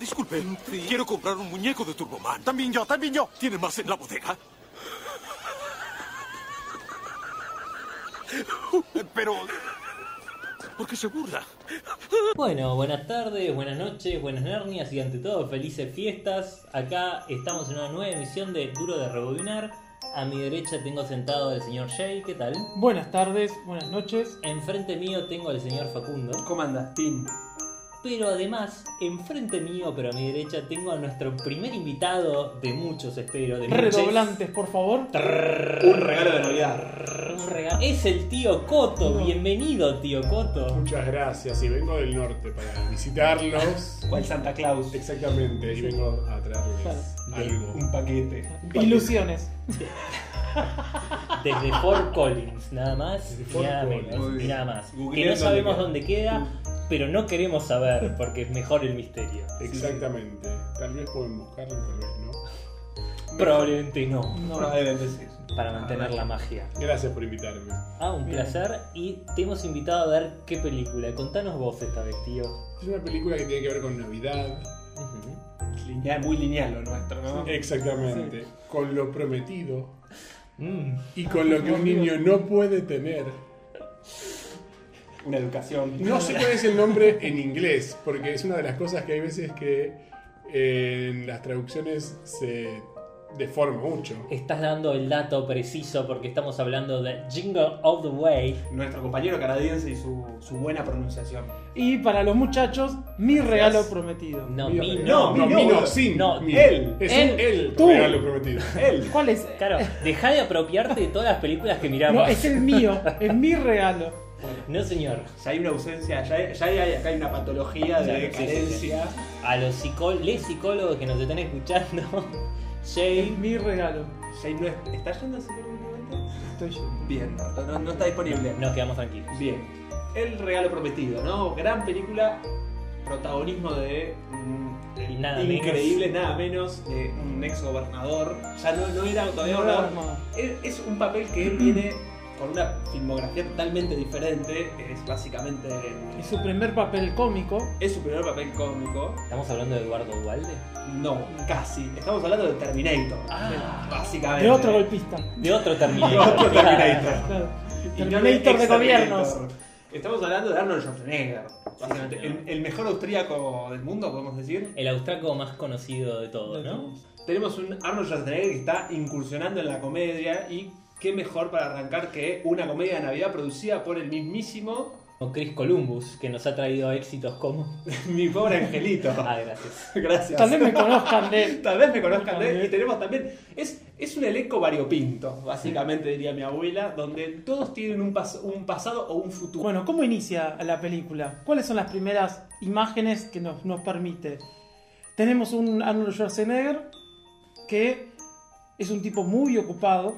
Disculpe, Sí. quiero comprar un muñeco de Turboman. También yo, también yo. ¿Tiene más en la bodega? Pero... ¿Por qué se burla? Bueno, buenas tardes, buenas noches, buenas nernias y ante todo felices fiestas. Acá estamos en una nueva emisión de Duro de Rebobinar. A mi derecha tengo sentado al señor Jay, ¿qué tal? Buenas tardes, buenas noches. Enfrente mío tengo al señor Facundo. ¿Cómo andas, Tim? Pero además, enfrente mío, pero a mi derecha, tengo a nuestro primer invitado de muchos, espero, de muchos. Redoblantes, por favor. Un regalo de Navidad. Un regalo. Es el tío Coto, bienvenido tío Coto. Muchas gracias, y vengo del norte para visitarlos. ¿Cuál Santa Claus? Exactamente, y vengo a traerles algo. Un paquete. Ilusiones. Desde Fort Collins, nada más Desde y Fort nada Collins. menos, Muy y bien. nada más. Que Googleé no dónde sabemos queda. dónde queda, pero no queremos saber porque es mejor el misterio. Exactamente. Tal vez pueden buscarlo, tal vez no. Probablemente no, No. Probablemente sí. para mantener la magia. Gracias por invitarme. Un Bien. placer, y te hemos invitado a ver qué película. Contanos vos esta vez, tío. Es una película que tiene que ver con Navidad. Lineal, muy lineal lo nuestro, ¿no? Exactamente. Con lo prometido Mm. y con lo que un niño no puede tener. Una educación. No sé cuál es el nombre en inglés, porque es una de las cosas que hay veces que en las traducciones se deforma mucho. Estás dando el dato preciso porque estamos hablando de Jingle All the Way. Nuestro compañero canadiense y su buena pronunciación. Y para los muchachos, mi regalo prometido. No, Mío, mi no, no. mi mi no, no, sin. no, mi. él, Es él, el tú. regalo prometido. Él. ¿Cuál es? Claro, deja de apropiarte de todas las películas que miramos. No, es el mío, es mi regalo. No, señor. Ya hay una ausencia, ya hay acá hay una patología de Sí, sí, carencia. A los psicólogos que nos están escuchando, Es Jay, mi regalo. Jay no ¿está yendo a psicólogo últimamente? Estoy yo. Bien, no está disponible. nos quedamos tranquilos. Bien. El regalo prometido, ¿no? Gran película, protagonismo de Nada increíble, nada menos, de un ex gobernador. Ya no era todavía No, gobernador. no. Es un papel que viene con una filmografía totalmente diferente. Es básicamente. Es su primer papel cómico. Es su primer papel cómico. ¿Estamos hablando de Eduardo Dualde? No, casi. Estamos hablando de Terminator. Básicamente. De otro golpista. De otro De Terminator. otro Terminator. Claro. Y no Terminator de ex gobiernos. Terminator. Estamos hablando de Arnold Schwarzenegger. Básicamente, el mejor austríaco del mundo, podemos decir. El austriaco más conocido de todos, ¿no? Tenemos un Arnold Schwarzenegger que está incursionando en la comedia, y qué mejor para arrancar que una comedia de Navidad producida por el mismísimo O Chris Columbus, que nos ha traído éxitos como... Mi Pobre Angelito. Gracias. Gracias. Tal vez me conozcan de él. Tal vez me conozcan de él. Y tenemos también. Es un elenco variopinto, básicamente diría mi abuela, donde todos tienen un pasado o un futuro. Bueno, ¿cómo inicia la película? ¿Cuáles son las primeras imágenes que nos permite? Tenemos un Arnold Schwarzenegger que es un tipo muy ocupado,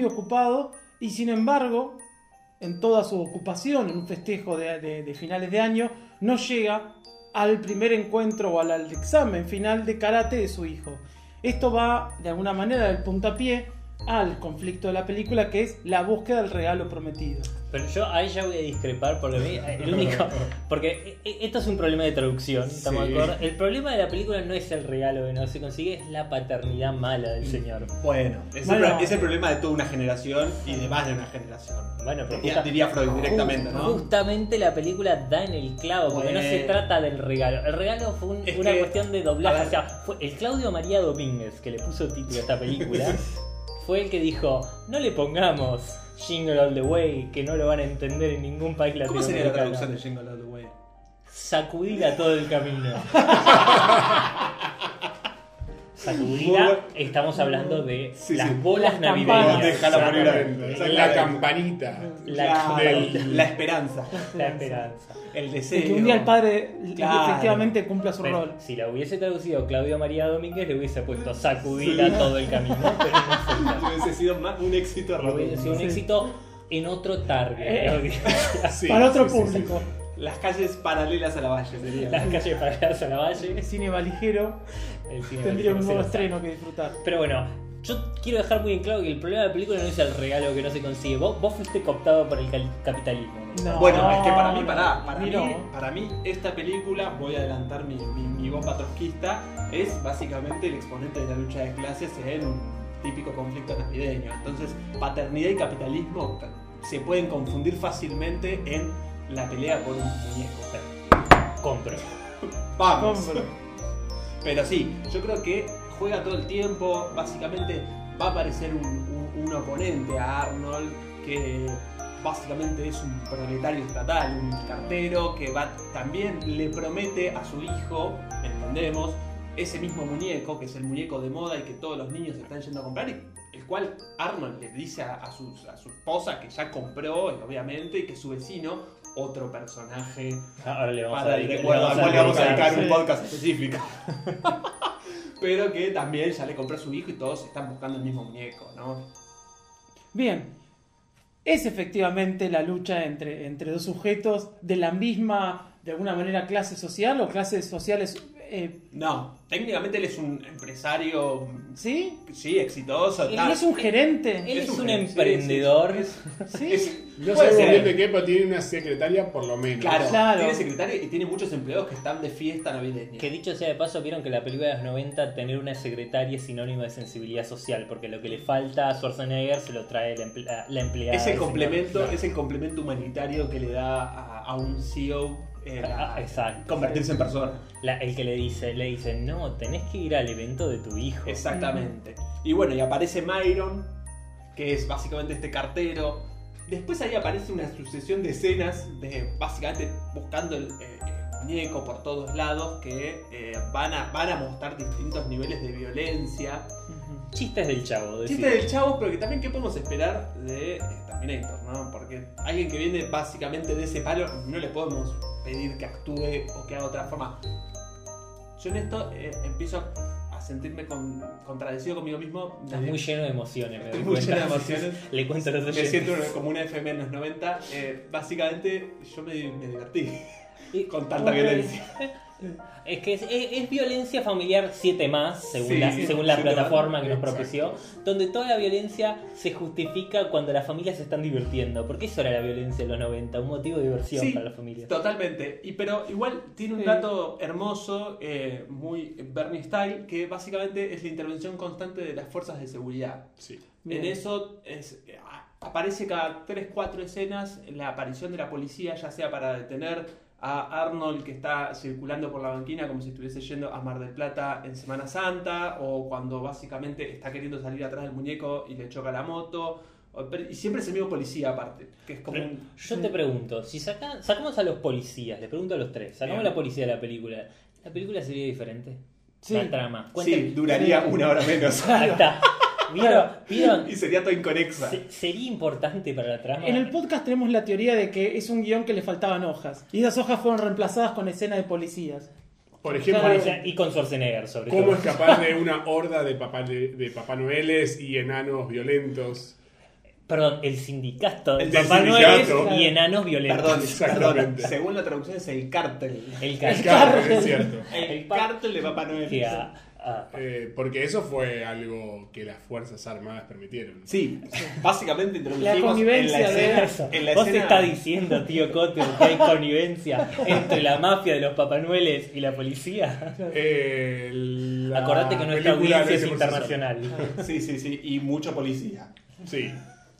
y sin embargo, en toda su ocupación, en un festejo de finales de año, no llega al primer encuentro o al examen final de karate de su hijo. Esto va, de alguna manera, del puntapié al conflicto de la película, que es la búsqueda del regalo prometido. Pero yo ahí ya voy a discrepar porque el único... Porque esto es un problema de traducción, ¿estamos Sí. de acuerdo? El problema de la película no es el regalo que no se consigue, es la paternidad mala del señor. Bueno, es el problema de toda una generación y de más de una generación. Bueno, pero Diría Freud directamente, ¿no? Justamente la película da en el clavo, porque no se Bueno. trata del regalo. El regalo fue Es una que, cuestión de a doblaje. ver. O sea, fue el Claudio María Domínguez que le puso título a esta película. Fue el que dijo, no le pongamos Jingle All the Way, que no lo van a entender en ningún país ¿Cómo sería la latinoamericano. traducción de Jingle All the Way? Sacudila todo el camino. Sacudila, estamos hablando de Sí, las sí. bolas Las navideñas. campanas. Déjala morir Exactamente. La campanita. La esperanza, La esperanza. el De deseo. que un día el padre Claro. efectivamente cumpla su Bueno, rol. si la hubiese traducido Claudio María Domínguez, le hubiese puesto sacudila todo el camino, pero no fue el caso. Hubiese sido un éxito Y hubiese sido un Sí. éxito en otro target. Sí, Para otro sí, sí, público. Las calles paralelas a la valle sería. Las calles para a la valle. El cine valijero El cine tendría un nuevo se lo sabe. estreno que disfrutar. Pero bueno, Yo quiero dejar muy en claro que el problema de la película no es el regalo que no se consigue. Vos fuiste cooptado por el capitalismo. ¿no? No. Bueno, es que para mí, no, para mí esta película, voy a adelantar mi bomba trotskista, es básicamente el exponente de la lucha de clases en un típico conflicto navideño. Entonces, paternidad y capitalismo se pueden confundir fácilmente en la pelea por un muñeco. Compro. Vamos. Compro. Pero sí, yo creo que juega todo el tiempo. Básicamente va a aparecer un oponente a Arnold que básicamente es un proletario estatal, un cartero que también le promete a su hijo, entendemos, ese mismo muñeco, que es el muñeco de moda y que todos los niños están yendo a comprar, y el cual Arnold le dice a su esposa que ya compró, obviamente, y que su vecino, otro personaje Ahora le vamos para a el dedicar, recuerdo, al cual le vamos a dedicar un sí. podcast específico. Pero que también ya le compró a su hijo y todos están buscando el mismo muñeco, ¿no? Bien, es efectivamente la lucha entre dos sujetos de la misma, de alguna manera, clase social o clases sociales. No, técnicamente él es un empresario, ¿Sí? sí, exitoso. Él tal. es un gerente. Él es un gerente, emprendedor. Sí. No puede sabemos ser. bien de qué, pero tiene una secretaria por lo menos. Claro, tiene secretario y tiene muchos empleados que están de fiesta navideña. Que dicho sea de paso, vieron que la película de los 90 tener una secretaria es sinónimo de sensibilidad social, porque lo que le falta a Schwarzenegger se lo trae la empleada. Es el del complemento, señor. es el complemento humanitario que le da a un CEO Exacto. convertirse en persona. El que le dice, no, tenés que ir al evento de tu hijo. Exactamente. Y bueno, y aparece Myron, que es básicamente este cartero. Después ahí aparece una sucesión de escenas de básicamente buscando el muñeco por todos lados que van a mostrar distintos niveles de violencia. Chistes del chavo. decir. Chiste del chavo, pero que también qué podemos esperar de Terminator, ¿no? Porque alguien que viene básicamente de ese palo no le podemos pedir que actúe o que haga otra forma. Yo en esto empiezo a sentirme contradecido conmigo mismo. Estás muy lleno de emociones, me doy Estoy muy cuenta. lleno de emociones. Le cuento a los Me oyentes. siento como una FM en los 90. Básicamente yo me divertí Y- con tanta Ok. violencia. Es que es violencia familiar 7 más, según Sí, la 7 plataforma más, que nos exacto. propició, donde toda la violencia se justifica cuando las familias se están divirtiendo. Porque eso era la violencia de los 90, un motivo de diversión Sí, para las familias. totalmente. Pero igual tiene un Sí. dato hermoso, muy Bernie Style, que básicamente es la intervención constante de las fuerzas de seguridad. Sí. Bien. En eso aparece cada 3-4 escenas la aparición de la policía, ya sea para detener a Arnold que está circulando por la banquina como si estuviese yendo a Mar del Plata en Semana Santa, o cuando básicamente está queriendo salir atrás del muñeco y le choca la moto. Y siempre es el mismo policía aparte, que es como Pero un... yo te pregunto, si sacamos a los policías, les pregunto a los tres, sacamos Bien. la policía de la película sería diferente. Sí. La trama. Sí, Cuenten- duraría Sí. una hora menos. Ahí está. ¿Vieron? Y sería todo inconexa. Sería importante para la trama. En el podcast tenemos la teoría de que es un guión que le faltaban hojas. Y esas hojas fueron reemplazadas con escenas de policías. Por ejemplo, Claro. Y con Schwarzenegger, sobre ¿cómo todo. escapar de una horda de Papá Noeles y enanos violentos? Perdón, el sindicato de El Papá sindicato. Noel y enanos violentos. Perdón, Exactamente. según la traducción es el cártel. El Claro, cártel. es cierto. El cártel de Papá Noel. Que Porque eso fue algo que las Fuerzas Armadas permitieron. Sí, básicamente introducimos La connivencia en la escena, eso. en la Vos escena- estás diciendo, tío Cote, que hay connivencia entre la mafia de los Papá Noeles y la policía. Acordate que nuestra audiencia es internacional. Sí, y mucho policía. Sí.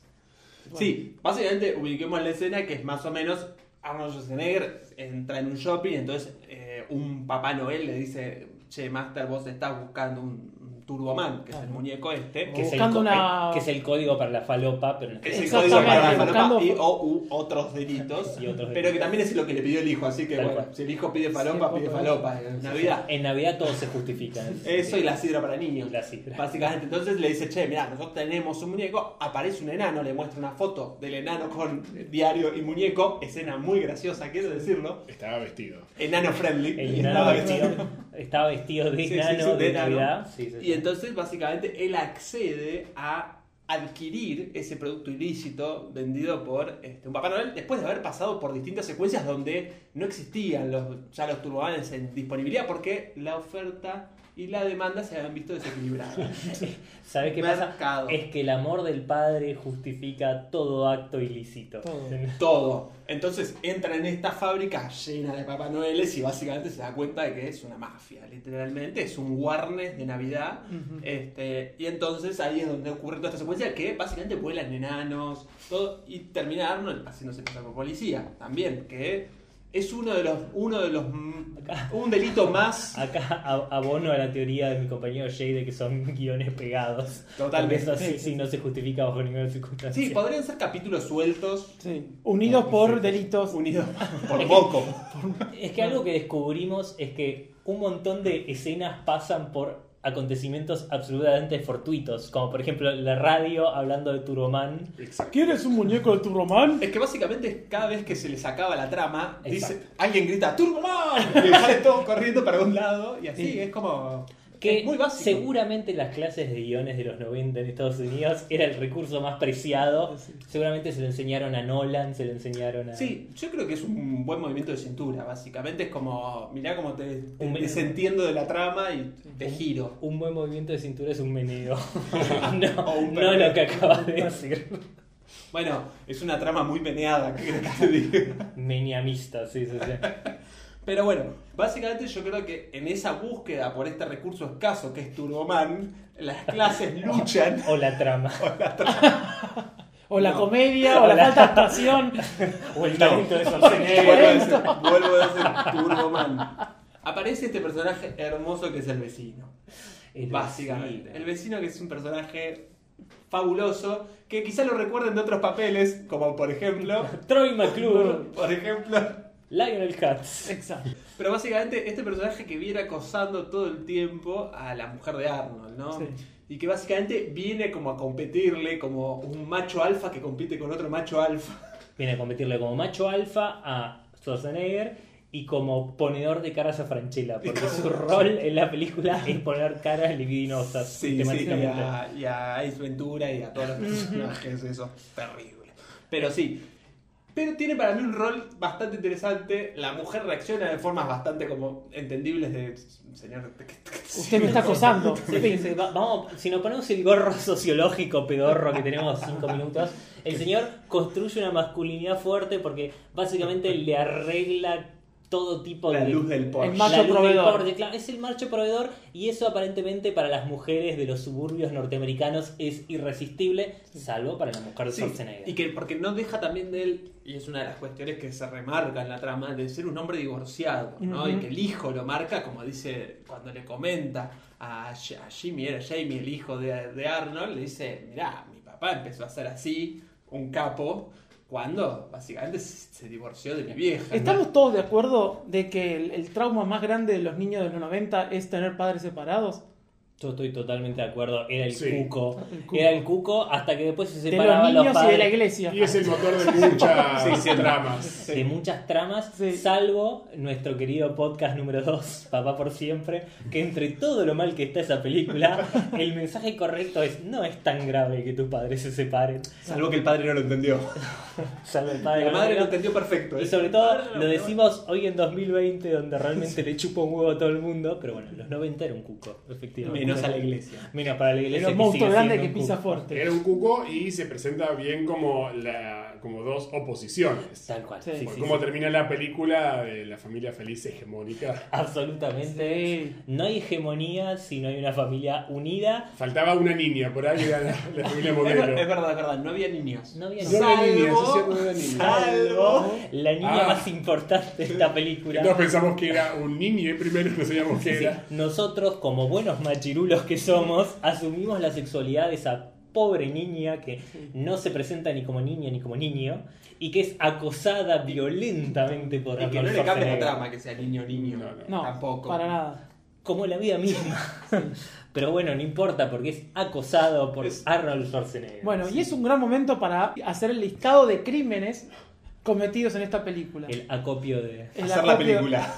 Sí, básicamente ubiquemos la escena que es más o menos Arnold Schwarzenegger entra en un shopping, entonces un Papá Noel le dice, che, Master, vos estás buscando un Turboman, que es el muñeco este, Que es, Buscando una- que es el código para la falopa, pero no que es el Exactamente, código para la falopa buscando- u otros delitos, Y otros pero delitos. que también es lo que le pidió el hijo, así que Tal bueno, cual. si el hijo pide falopa, Sí, pide por falopa en Navidad. En Navidad todo se justifica. Eso y la sidra para niños. La sidra. Básicamente, entonces le dice, che, mirá, nosotros tenemos un muñeco, aparece un enano, le muestra una foto del enano con diario y muñeco, escena muy graciosa, quiero decirlo, Estaba vestido. enano friendly. El Y enano estaba estaba vestido de Sí, sí, enano sí, de de enano. Navidad. Sí, sí, sí. Y entonces, básicamente, él accede a adquirir ese producto ilícito vendido por un Papá Noel después de haber pasado por distintas secuencias donde no existían ya los turbomanes en disponibilidad porque la oferta y la demanda se habían visto desequilibradas. ¿Sabés qué pasa? Mercado. Es que el amor del padre justifica todo acto ilícito. Todo. Todo. Entonces entra en esta fábrica llena de Papá Noeles y básicamente se da cuenta de que es una mafia, literalmente. Es un Warnes de Navidad. Y entonces ahí es donde ocurre toda esta secuencia que básicamente vuelan enanos, todo, y termina Arnold haciéndose pasar por policía también, que es un delito más. Acá abono a la teoría de mi compañero Jay de que son guiones pegados. Totalmente. Porque eso sí no se justifica bajo ninguna circunstancia. Sí, podrían ser capítulos sueltos, Sí. Unidos por delitos. unidos por poco. Es que algo que descubrimos es que un montón de escenas pasan por acontecimientos absolutamente fortuitos, como por ejemplo la radio hablando de Turboman. ¿Quieres un muñeco de Turboman? Es que básicamente cada vez que se les acaba la trama, Exacto. alguien grita ¡Turboman! Y sale todo corriendo para un lado y así, Sí. es como... Que es muy básico. seguramente las clases de guiones de los 90 en Estados Unidos era el recurso más preciado. Sí. Seguramente se lo enseñaron a Nolan, se lo enseñaron a... Sí, yo creo que es un buen movimiento de cintura, básicamente. Es como, mirá cómo te Un- desentiendo de la trama y te giro. Un buen movimiento de cintura es un meneo. O no, un no perreo. lo que acabas de decir. Bueno, es una trama muy meneada, ¿qué crees que te diga? Meniamista, sí. Pero bueno, básicamente yo creo que en esa búsqueda por este recurso escaso que es Turboman, las clases luchan. O la trama. O la No. comedia, o la falta de actuación. O el No. talento de Schwarzenegger. Vuelvo a decir Turboman. Aparece este personaje hermoso que es el vecino. El Básicamente. vecino. El vecino que es un personaje fabuloso, que quizá lo recuerden de otros papeles, como por ejemplo... Troy McClure, Por ejemplo... Lionel Hutz. Exacto. Pero básicamente este personaje que viene acosando todo el tiempo a la mujer de Arnold, ¿no? Sí. Y que básicamente viene como a competirle como un macho alfa que compite con otro macho alfa. Viene a competirle como macho alfa a Schwarzenegger y como ponedor de caras a Franchella, porque su rol en la película es poner caras libidinosas Sí, temáticamente. y a Ace Ventura y a todos los personajes, eso es terrible. Pero sí, pero tiene para mí un rol bastante interesante. La mujer reacciona de formas bastante como entendibles de señor. Usted me está acosando. Sí, vamos, si nos ponemos el gorro sociológico pedorro que tenemos 5 minutos, el señor construye una masculinidad fuerte porque básicamente le arregla todo tipo La de... luz del Porsche. El macho la luz del proveedor. Porsche, claro, es el macho proveedor y eso aparentemente para las mujeres de los suburbios norteamericanos es irresistible, salvo para la mujer de Sí, Schwarzenegger. y que porque no deja también de él, y es una de las cuestiones que se remarca en la trama, de ser un hombre divorciado, ¿no? Ujú. Y que el hijo lo marca, como dice cuando le comenta a Jimmy, era Jamie, el hijo de Arnold, le dice, mirá, mi papá empezó a ser así, un capo, cuando básicamente se divorció de mi vieja. ¿no? ¿Estamos todos de acuerdo de que el trauma más grande de los niños de los 90 es tener padres separados? Yo estoy totalmente de acuerdo, era el Sí. cuco. El cuco. Era el cuco hasta que después se De los separaban los niños y padres. de la iglesia. Y es el motor de muchas Sí, siempre. tramas. De muchas tramas, Sí. salvo nuestro querido podcast número 2, Papá por Siempre, que entre todo lo mal que está esa película, el mensaje correcto es: no es tan grave que tus padres se separen. Salvo que el padre no lo entendió. Salvo el padre. La madre lo no. entendió perfecto. Y ¿eh? sobre todo lo decimos hoy en 2020, donde realmente le chupa un huevo a todo el mundo, pero bueno, en los 90 era un cuco, efectivamente. Menos a la iglesia. Menos para la iglesia. Era un que monstruo sigue grande siendo que un pisa cuco. fuerte. Era un cuco y se presenta bien como dos oposiciones. Tal cual. Sí. Sí, Por sí, cómo sí. termina la película de la familia feliz hegemónica. Absolutamente. Sí. No hay hegemonía si no hay una familia unida. Faltaba una niña, por ahí era la familia Es modelo. verdad, no había niños. No había No había niñas, es cierto, no había niñas. Salvo la niña Ah. más importante de esta película. Todos pensamos que era un niño y primero no sabíamos qué Sí, era. nosotros, como buenos machirulos que somos, asumimos la sexualidad de esa pobre niña que no se presenta ni como niña ni como niño y que es acosada violentamente por Y que no Arnold le cambia la Schwarzenegger. trama que sea niño o niño. No, tampoco. para nada. Como la vida misma. Pero bueno, no importa porque es acosado por Es- Arnold Schwarzenegger. Bueno, y es un gran momento para hacer el listado de crímenes cometidos en esta película. El acopio de... El Hacer la acopio- película.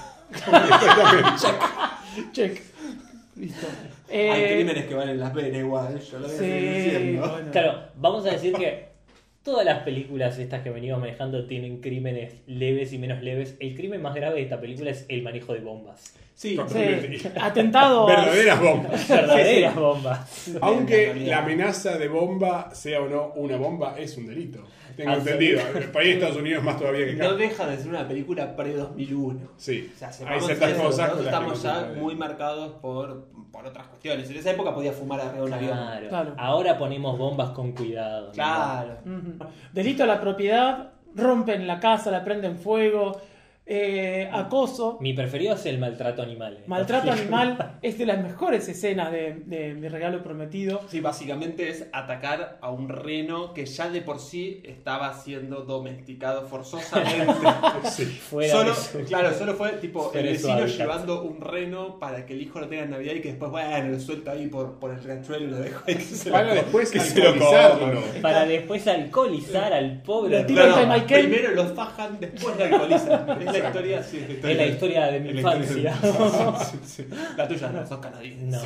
Check. Listo. Hay crímenes que valen la pena igual, yo lo voy a seguir Sí, diciendo. bueno. Claro, vamos a decir que Todas las películas estas que venimos manejando tienen crímenes leves y menos leves. El crimen más grave de esta película es el manejo de bombas. Sí, Sí, atentado. Verdaderas bombas. Verdaderas bombas. Aunque la amenaza de bomba sea o no una bomba, es un delito. Tengo entendido. En el país de Estados Unidos más todavía que acá. no deja de ser una película pre-2001. Sí, O sea, hay sepamos ciertas eso, cosas nosotros con las que estamos no ya se puede. muy marcados por otras cuestiones. En esa época podía fumar arriba de un avión. Claro. Claro. Ahora ponemos bombas con cuidado. ¿no? Claro. Ujú. Delito a la propiedad, rompen la casa, la prenden fuego, acoso, Mi preferido es el maltrato animal. maltrato animal. Es de las mejores escenas de Mi regalo prometido. Sí, básicamente es atacar a un reno que ya de por sí estaba siendo domesticado forzosamente. Sí. Fuera Solo, de su- claro, solo fue tipo fuera el de su vecino hábitat. llevando un reno para que el hijo lo tenga en Navidad y que después, bueno, lo suelta ahí por el riachuelo y lo dejo ahí que se lo Para coma, después que se lo alcoholizarlo. coma. Para después alcoholizar al pobre Le tira reno. el Michael. Primero lo fajan, después lo alcoholizan. Es la historia, sí, Es la historia de mi Es la historia infancia. Sí, sí. La tuya no, sos canadiense. No.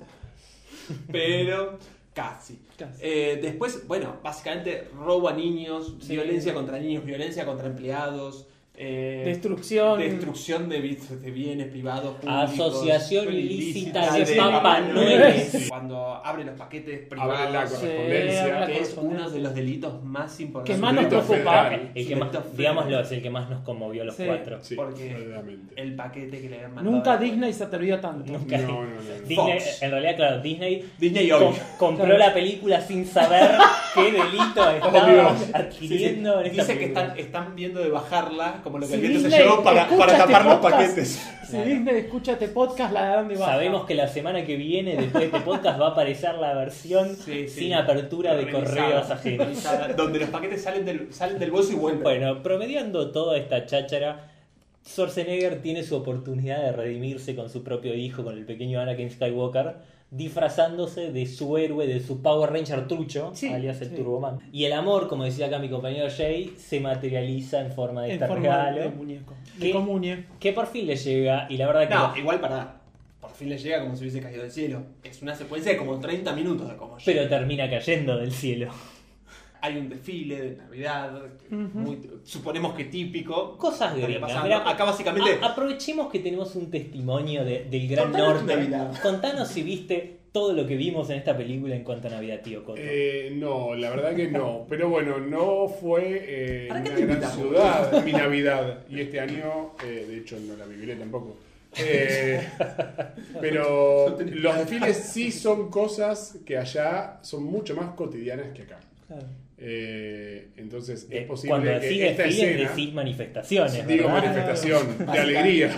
Pero casi. Casi. Después, bueno, básicamente robo a niños, Sí. violencia contra niños, violencia contra empleados, Destrucción. destrucción de bienes privados, públicos, Asociación ilícita de Papá Noeles. Cuando abre los paquetes Abre la privados, correspondencia. Sí, abre la que es correspondencia. uno de los delitos más importantes. Que más nos Delito preocupa. federal. El que más, Delito federal. digámoslo, es el que más nos conmovió a los Sí. cuatro. Sí, Porque verdaderamente. el paquete que le habían mandado. Nunca Disney se atrevió tanto. Nunca. No, no, no. Disney, Fox. en realidad, claro, Disney Disney hoy. compró Claro. la película sin saber qué delito estaba Obvio. adquiriendo en esta Dice que película. están viendo de bajarla, como lo que Si el viento se Disney llevó para escucha este tapar los podcast, paquetes. Si Disney escucha este podcast, la dan de baja. Sabemos que la semana que viene, después de este podcast, va a aparecer la versión Sí, sí. sin apertura de Revisada, correos ajenos. revisada, donde los paquetes salen del bolso y vuelven. Bueno, promediando toda esta cháchara, Schwarzenegger tiene su oportunidad de redimirse con su propio hijo, con el pequeño Anakin Skywalker, disfrazándose de su héroe, de su Power Ranger trucho, Sí, alias el sí. Turboman. Y el amor, como decía acá mi compañero Jay, se materializa en forma de en este forma regalo, de muñeco. ¿Qué? De comuñe. que por fin le llega, y la verdad que... No, igual por fin le llega como si hubiese caído del cielo. Es una secuencia de como 30 minutos de cómo Pero llega. termina cayendo del cielo. Hay un desfile de Navidad, suponemos que típico. Cosas Estaría gringas. pasando. Mirá, Acá básicamente aprovechemos que tenemos un testimonio del Gran Contanos tu Norte. Navidad. Contanos si viste todo lo que vimos en esta película en cuanto a Navidad, tío Coto. No, la verdad que no. Pero bueno, no fue ¿Para qué una te gran invitamos? ciudad mi Navidad. Y este año, de hecho, no la viviré tampoco. Pero los desfiles sí son cosas que allá son mucho más cotidianas que acá. Claro. Entonces es Cuando posible decís que esta desfiles, escena, decís manifestaciones, digo ¿verdad? manifestación de alegría,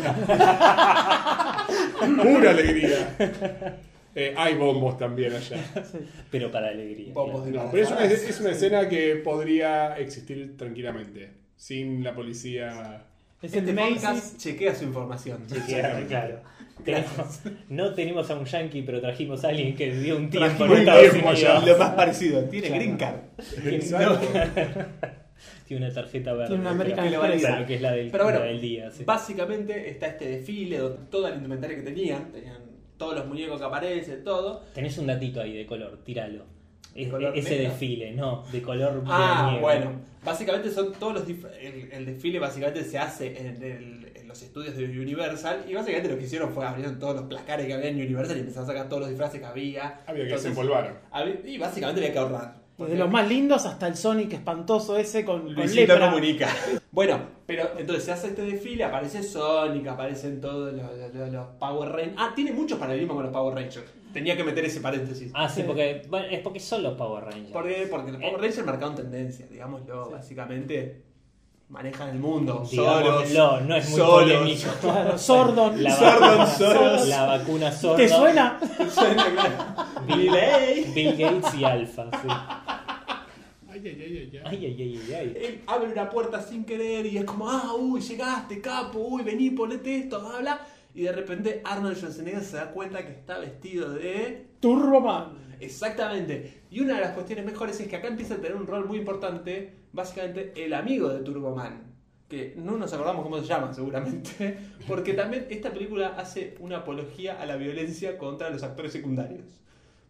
pura alegría. Hay bombos también allá. Sí. Pero para alegría. bombos de No, las pero es alas. una escena que podría existir tranquilamente, sin la policía. Es el Este de podcast Macy's. chequea su información. Claro, claro. No tenemos a un yankee, pero trajimos a alguien que vivió un tiempo en un Estados tiempo Unidos. allá. Lo más parecido, tiene Claro. green card. Exacto. Tiene una tarjeta verde. Tiene una American Que le vale Claro, Express. que es la del, Pero bueno, la del día. Sí. Básicamente está este desfile donde toda la indumentaria que tenían todos los muñecos que aparecen, todo. Tenés un datito ahí de color, tíralo. color Ese negro? desfile, no, de color Ah, nieve. bueno. Básicamente son todos los el desfile básicamente se hace en los estudios de Universal y básicamente lo que hicieron fue abrieron todos los placares que había en Universal y empezaron a sacar todos los disfraces que había. Había que Entonces, desempolvar. y básicamente había que ahorrar. Desde los más lindos hasta el Sonic espantoso ese con Luisito lepra. comunica. Bueno, pero entonces se hace este desfile, aparece Sonic, aparecen todos los Power Rangers. Ah, tiene muchos paralelismos con los Power Rangers. Tenía que meter ese paréntesis. Ah, sí, Sí. porque bueno, es porque son los Power Rangers. ¿Por qué? Porque los Power Rangers marcaron tendencia, digámoslo. Básicamente manejan el mundo. Solos. Digámoslo, no es muy solos. polémico. Claro, Sordon. La Sordon, vacuna, Soros. la vacuna Sordon. ¿Te suena? Suena claro. Bill Gates y Alpha, sí. Ay, ay, ay, ay, ay. Ay, ay, ay, ay, ay. Él abre una puerta sin querer y es como, uy, llegaste, capo, uy, vení, ponete esto, bla, bla. Y de repente Arnold Schwarzenegger se da cuenta que está vestido de... Turboman. Exactamente. Y una de las cuestiones mejores es que acá empieza a tener un rol muy importante, básicamente el amigo de Turboman. Que no nos acordamos cómo se llama, seguramente. Porque también esta película hace una apología a la violencia contra los actores secundarios.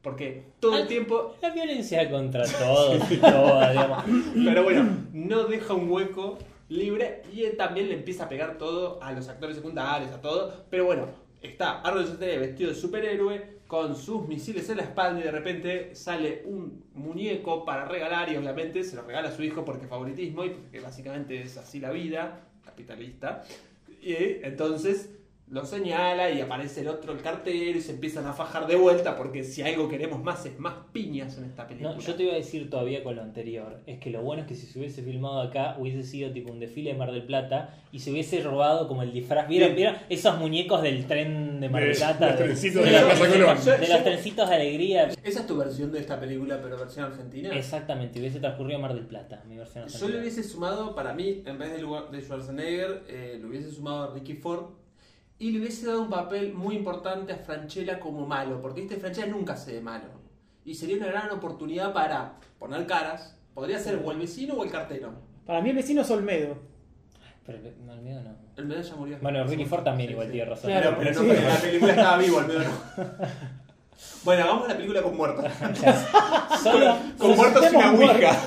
Porque todo el tiempo... La violencia contra todos y todas, digamos. Pero bueno, no deja un hueco libre y él también le empieza a pegar todo a los actores secundarios, a todo. Pero bueno, está Arnold Schwarzenegger vestido de superhéroe con sus misiles en la espalda y de repente sale un muñeco para regalar y obviamente se lo regala a su hijo porque favoritismo y porque básicamente es así la vida capitalista. Y entonces lo señala y aparece el otro, el cartero, y se empiezan a fajar de vuelta porque si algo queremos más es más piñas en esta película. No, yo te iba a decir todavía con lo anterior, es que lo bueno es que si se hubiese filmado acá hubiese sido tipo un desfile de Mar del Plata y se hubiese robado como el disfraz. ¿Vieron esos muñecos del tren de Mar del Plata? Los trencitos de la Plaza Colón. De los trencitos de alegría. Esa es tu versión de esta película, pero versión argentina. Exactamente, hubiese transcurrido en Mar del Plata, mi versión Yo argentina. le hubiese sumado, para mí, en vez de Schwarzenegger, le hubiese sumado a Ricky Ford y le hubiese dado un papel muy importante a Francella como malo, porque Francella nunca hace de malo. Y sería una gran oportunidad para poner caras. Podría ser o el vecino o el cartero. Para mí el vecino es Olmedo. Pero no, el miedo no. El medio ya murió. Bueno, Ricky Ford también igual tiene razón. Claro. Pero no, Sí. pero en la película estaba vivo, el medio no. Bueno, hagamos la película con muertos. Solo, Con muertos y una Necesitamos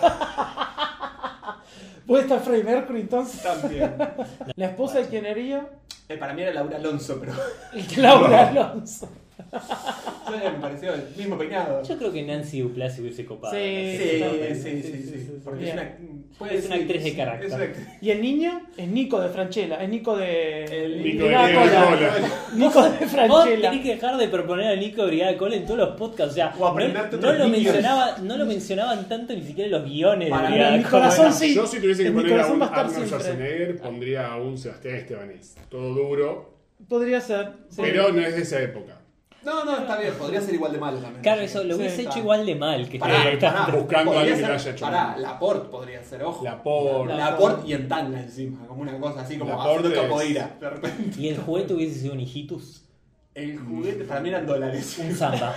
ouija. ¿Puede estar Freddie Mercury entonces? También. La esposa de quién haría? Para mí era Laura Alonso, pero Laura Alonso. me pareció el mismo peinado. yo creo que Nancy Duplass hubiese copado. Sí. Sí. Porque Bien. es una actriz de carácter. Es una actriz. Y el niño es Nico de Franchella. Es Nico de. Nico de Brigada Brigada Cola. Cola. Nico de Vos Franchella. tenés que dejar de proponer a Nico de Brigada Cole en todos los podcasts. O sea, O aprenderte no otros lo niños. no lo mencionaban tanto ni siquiera en los guiones Para de mí, Brigada mi Cole. corazón sí. Yo si tuviese que En mi poner a corazón un va a estar Arnold siempre. Schwarzenegger, pondría a un Sebastián Estebanés. Todo duro, Podría ser. Sí. pero no es de esa época. No, está bien, podría ser igual de malo también. Claro, eso lo Sí, hubiese está. hecho igual de mal que Pará, este pará. Buscando a Podría alguien que ser- lo haya hecho Pará, mal. Laporte podría ser, ojo. Laporte. Laporte y en tanga encima, como una cosa así, como Laporte haciendo es- capoeira. De repente. Y el juguete hubiese sido un hijitus. El juguete para mí eran dólares. Un samba.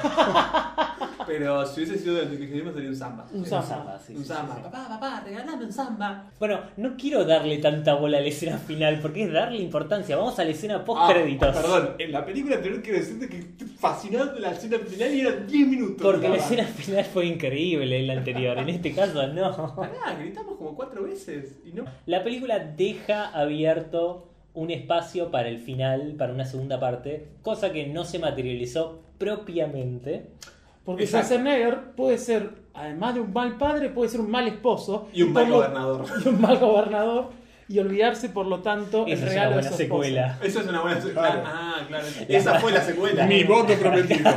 Pero si hubiese sido del cristianismo sería un samba. Un samba. Sí, Un sí, samba. sí, sí. Papá, regalame un samba. Bueno, no quiero darle tanta bola a la escena final porque es darle importancia. Vamos a la escena post créditos. Perdón, en la película anterior quiero decirte que estoy fascinado con la escena final y eran 10 minutos. Porque la nada más. escena final fue increíble en la anterior. En este caso, no. Pará, gritamos como 4 veces y no. La película deja abierto un espacio para el final, para una segunda parte, cosa que no se materializó propiamente. Porque Exacto. Schwarzenegger puede ser, además de un mal padre, puede ser un mal esposo. Y un por mal lo- gobernador. Y un mal gobernador. Y olvidarse, por lo tanto, Esa el es una regalo de buena su esposa. secuela. Eso es una buena secuela. Claro. Ah, claro. Esa fue la secuela. Mi voto prometido.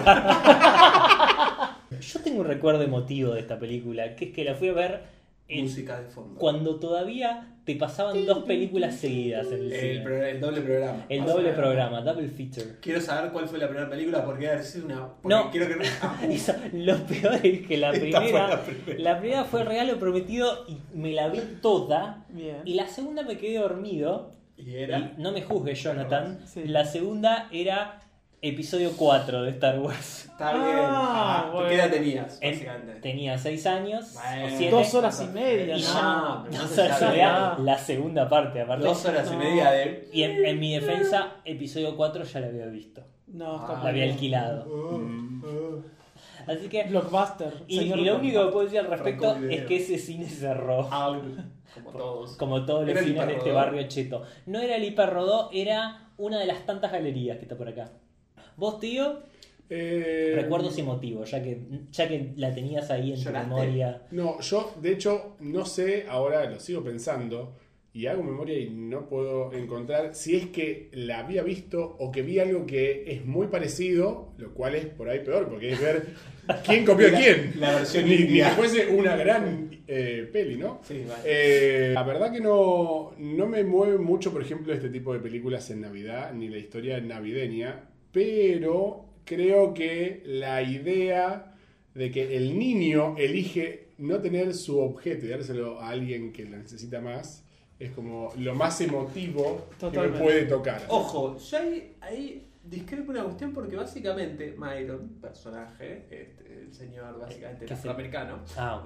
Yo tengo un recuerdo emotivo de esta película, que es que la fui a ver Música de fondo. cuando todavía te pasaban dos películas seguidas en el cine. El doble programa. El Vas a doble ver. programa, double feature. Quiero saber cuál fue la primera película porque debe haber sido una. Porque No. quiero que no. Eso, lo peor es que la Esta primera, fue la primera. la primera fue el regalo prometido y me la vi toda. Bien. Y la segunda me quedé dormido. Y era. Y no me juzgues, Jonathan. Sí. La segunda era episodio 4 de Star Wars. Está bien. Ah, ¿Tú bueno. ¿Qué edad tenías? En- Básicamente. tenía 6 años Bueno. o 7. 2 horas y media, Y ¿no? ya, pero no, entonces o sea, ya se no. veía la segunda parte aparte. 2 horas y No. media de. Y en mi defensa, episodio 4 ya la había visto. No, está Ah. La había bien. alquilado. Así que... Blockbuster. Y señor lo único que Blockbuster. puedo decir al respecto Franco Video. es que ese cine cerró. Como todos. Como todos los Era el cines de este Hiperrodó. barrio cheto. No era el Hiperrodó, era una de las tantas galerías que está por acá. Vos, tío, recuerdos emotivos, ya que la tenías ahí en tu ¿Lloraste? memoria. No, yo de hecho no sé, ahora lo sigo pensando y hago memoria y no puedo encontrar si es que la había visto o que vi algo que es muy parecido, lo cual es por ahí peor, porque es ver quién copió a quién. La versión Ni que india. fuese una gran peli, ¿no? Sí, vale. La verdad que no me mueve mucho, por ejemplo, este tipo de películas en Navidad, ni la historia navideña, pero creo que la idea de que el niño elige no tener su objeto y dárselo a alguien que lo necesita más, es como lo más emotivo Totalmente. que me puede tocar. Ojo, yo ahí discrepo una cuestión porque básicamente Myron, personaje, el señor básicamente ¿Qué afroamericano, Ah, ok.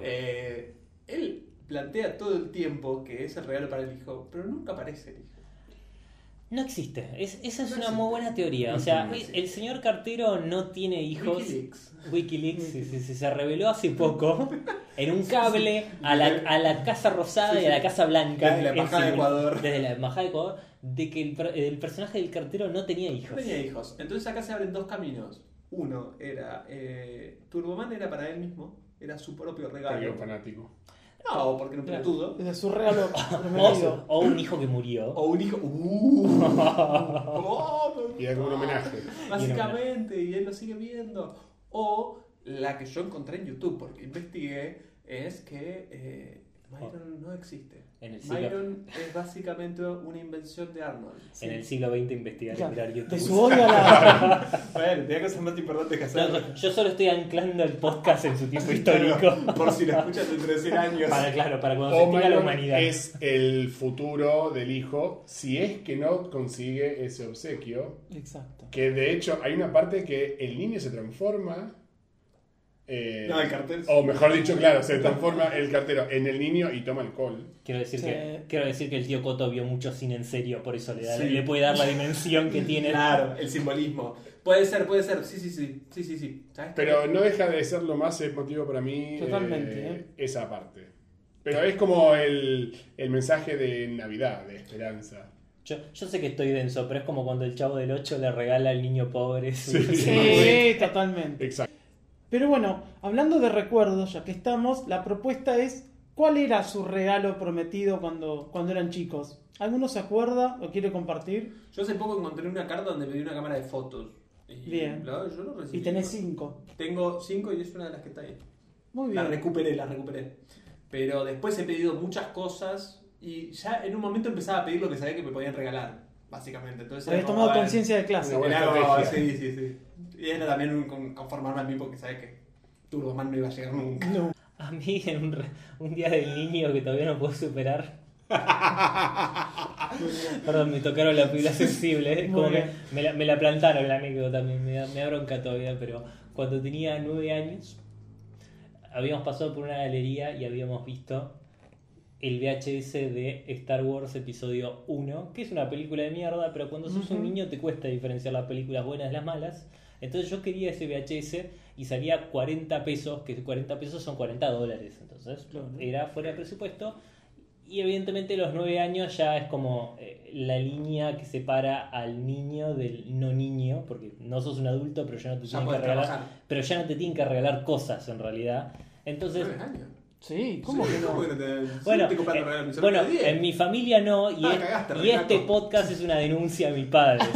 él plantea todo el tiempo que es el regalo para el hijo, pero nunca aparece el hijo. No existe. Esa es una muy buena teoría. O sea, el señor cartero no tiene hijos. Wikileaks se reveló hace poco en un cable a la Casa Rosada y a la Casa Blanca. Desde la Embajada de Ecuador. Desde la Embajada de Ecuador. De que el personaje del cartero no tenía hijos. No tenía hijos. Entonces acá se abren dos caminos. Uno era... Turboman era para él mismo. Era su propio regalo. Porque es fanático. No, porque era un pelotudo. Desde su regalo prometido. O un hijo que murió. O un hijo... Y era como un homenaje. Básicamente, y él lo sigue viendo. O la que yo encontré en YouTube, porque investigué, es que Myron no existe. Myron es básicamente una invención de Arnold. En el siglo XX investigar y mirar YouTube. De su odio a la... Bueno, tenía cosas más importantes que hacer. No, yo solo estoy anclando el podcast en su tiempo histórico. Por si lo escuchas dentro de 100 años. Para cuando se extinga la Myron humanidad. es el futuro del hijo si es que no consigue ese obsequio. Exacto. Que de hecho hay una parte que el niño se transforma. No, el cartero. O mejor dicho, claro, se transforma el cartero en el niño y toma alcohol. Quiero decir, Sí. quiero decir que el tío Coto vio mucho cine en serio, por eso Sí. le puede dar la dimensión que tiene. Claro, el simbolismo. Puede ser. Sí. ¿Sabes? Pero no deja de ser lo más emotivo para mí. Totalmente, esa parte. Pero es como el mensaje de Navidad, de esperanza. Yo sé que estoy denso, pero es como cuando el Chavo del 8 le regala al niño pobre su... Sí, totalmente. Exacto. Pero bueno, hablando de recuerdos, ya que estamos, la propuesta es, ¿cuál era su regalo prometido cuando eran chicos? ¿Alguno se acuerda o quiere compartir? Yo hace poco encontré una carta donde pedí una cámara de fotos. Y Bien. yo lo recibí. Y tenés 5. Tengo 5 y es una de las que está ahí. Muy La bien. recuperé. Pero después he pedido muchas cosas y ya en un momento empezaba a pedir lo que sabía que me podían regalar, básicamente. Entonces Habías era como, tomado bueno, conciencia de clase. Una buena era como, estrategia. sí. Y era también conformarme a mí porque sabía que Turboman no iba a llegar nunca. No. A mí en un día del niño que todavía no puedo superar. Perdón, me tocaron la pila sensible. Muy Como que bien. me la plantaron la anécdota, me da bronca todavía, pero cuando tenía 9 años habíamos pasado por una galería y habíamos visto el VHS de Star Wars Episodio 1, que es una película de mierda, pero cuando sos un niño te cuesta diferenciar las películas buenas de las malas. Entonces yo quería ese VHS y salía 40 pesos, que 40 pesos son $40, entonces Claro. era fuera de presupuesto. Y evidentemente los 9 años ya es como la línea que separa al niño del no niño, porque no sos un adulto, pero ya no te Ya tienen que podés regalar, trabajar. pero ya no te tienen que regalar cosas en realidad. Entonces, 9 años. Sí, ¿cómo que no? ¿Cómo que no te... bueno, estoy comprando regalos, mi sobrino bueno, de 10. en mi familia no, y, Cagaste, y Renato. este podcast es una denuncia a mis padres.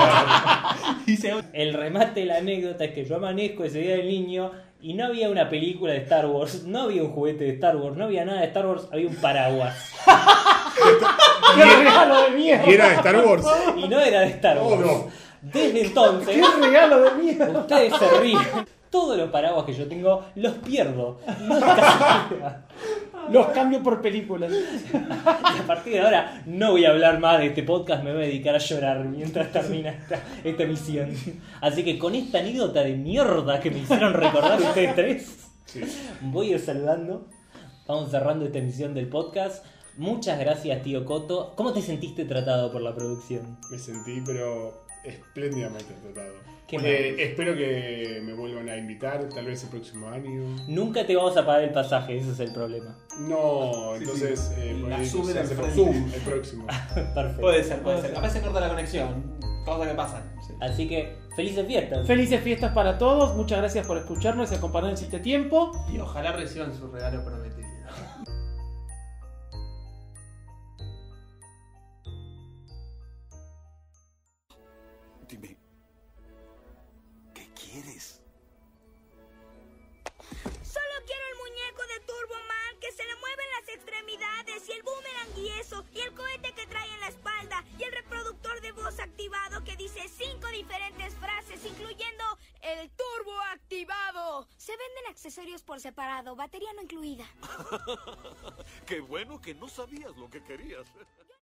El remate de la anécdota es que yo amanezco ese día del niño y no había una película de Star Wars, no había un juguete de Star Wars, no había nada de Star Wars, había un paraguas. ¡Qué regalo de mierda! ¿Y era de Star Wars? Y no era de Star Oh, Wars. no. Desde entonces, ¡Qué regalo de mierda! ustedes se ríen. Todos los paraguas que yo tengo los pierdo. No es casualidad. Los cambio por películas. Y a partir de ahora no voy a hablar más de este podcast, me voy a dedicar a llorar mientras termina esta emisión. Así que con esta anécdota de mierda que me hicieron recordar ustedes tres, Sí. voy a ir saludando. Vamos cerrando esta emisión del podcast. Muchas gracias, tío Coto. ¿Cómo te sentiste tratado por la producción? Me sentí, pero espléndidamente tratado. Qué maravilla. Espero que me vuelvan a invitar, tal vez el próximo año. Nunca te vamos a pagar el pasaje, ese es el problema. No, Sí, entonces sí. por La ahí suben se hace por enfrente. Zoom el próximo. Perfecto. Puede ser. Capaz se corta la conexión. Cosas que pasan. Así que, felices fiestas. Felices fiestas para todos. Muchas gracias por escucharnos y acompañarnos este tiempo. Y ojalá reciban su regalo prometido. Dime, ¿qué quieres? Solo quiero el muñeco de Turboman, que se le mueven las extremidades, y el boomerang y eso, y el cohete que trae en la espalda, y el reproductor de voz activado que dice 5 diferentes frases, incluyendo el turbo activado. Se venden accesorios por separado, batería no incluida. Qué bueno que no sabías lo que querías.